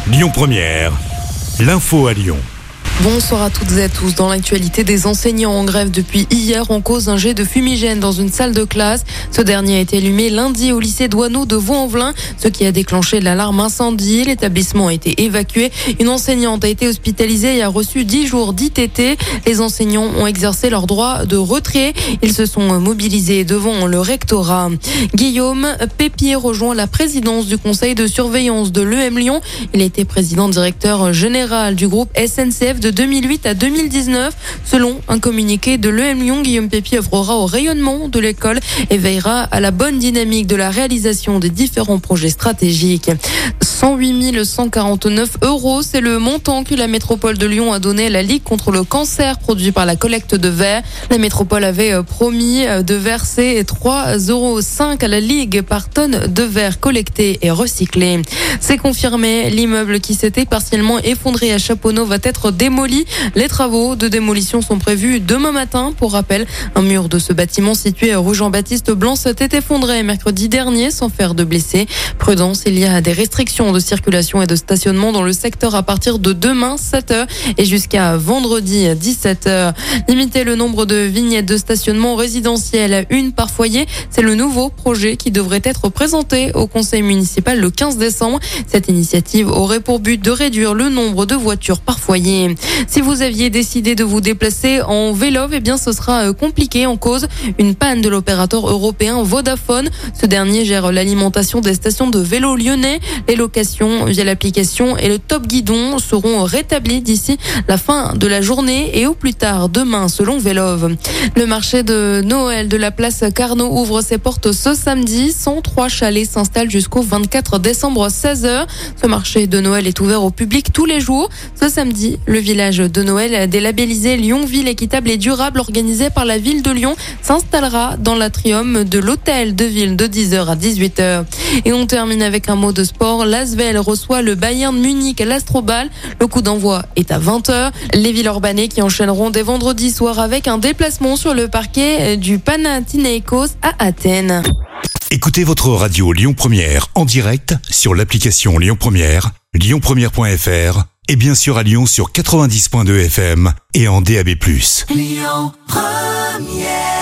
Lyon Première, l'info à Lyon. Bonsoir à toutes et à tous. Dans l'actualité, des enseignants en grève depuis hier en cause d'un jet de fumigène dans une salle de classe. Ce dernier a été allumé lundi au lycée Douaneau de Vaux-en-Velin, ce qui a déclenché l'alarme incendie. L'établissement a été évacué. Une enseignante a été hospitalisée et a reçu 10 jours d'ITT. Les enseignants ont exercé leur droit de retrait. Ils se sont mobilisés devant le rectorat. Guillaume Pépier rejoint la présidence du conseil de surveillance de l'EM Lyon. Il a été président directeur général du groupe SNCF de 2008 à 2019. Selon un communiqué de l'EM Lyon, Guillaume Pépier œuvrera au rayonnement de l'école et veillera à la bonne dynamique de la réalisation des différents projets stratégiques. 108 149 €, c'est le montant que la métropole de Lyon a donné à la Ligue contre le cancer produit par la collecte de verre. La métropole avait promis de verser 3,5 € à la Ligue par tonne de verre collecté et recyclé. C'est confirmé, l'immeuble qui s'était partiellement effondré à Chaponneau va être démoli. Les travaux de démolition sont prévus demain matin. Pour rappel, un mur de ce bâtiment situé rue Jean-Baptiste Blanc s'était effondré mercredi dernier sans faire de blessés. Prudence, il y a des restrictions de circulation et de stationnement dans le secteur à partir de demain 7h et jusqu'à vendredi 17h. Limiter le nombre de vignettes de stationnement résidentiel à une par foyer, c'est le nouveau projet qui devrait être présenté au conseil municipal le 15 décembre. Cette initiative aurait pour but de réduire le nombre de voitures par foyer. Si vous aviez décidé de vous déplacer en vélo, eh bien ce sera compliqué en cause une panne de l'opérateur européen Vodafone. Ce dernier gère l'alimentation des stations de vélo lyonnais. Les locations via l'application et le top guidon seront rétablis d'ici la fin de la journée et au plus tard demain selon Vélove. Le marché de Noël de la place Carnot ouvre ses portes ce samedi. 103 chalets s'installent jusqu'au 24 décembre 16h. Ce marché de Noël est ouvert au public tous les jours. Ce samedi, le village de Noël délabellisé Lyon Ville équitable et durable organisé par la ville de Lyon s'installera dans l'atrium de l'hôtel de ville de 10h à 18h. Et on termine avec un mot de sport. L'Asvel reçoit le Bayern Munich à l'Astrobal. Le coup d'envoi est à 20h. Les Villeurbanais qui enchaîneront dès vendredi soir avec un déplacement sur le parquet du Panathinaikos à Athènes. Écoutez votre radio Lyon Première en direct sur l'application Lyon Première, lyonpremière.fr et bien sûr à Lyon sur 90.2 FM et en DAB+. Lyon Première.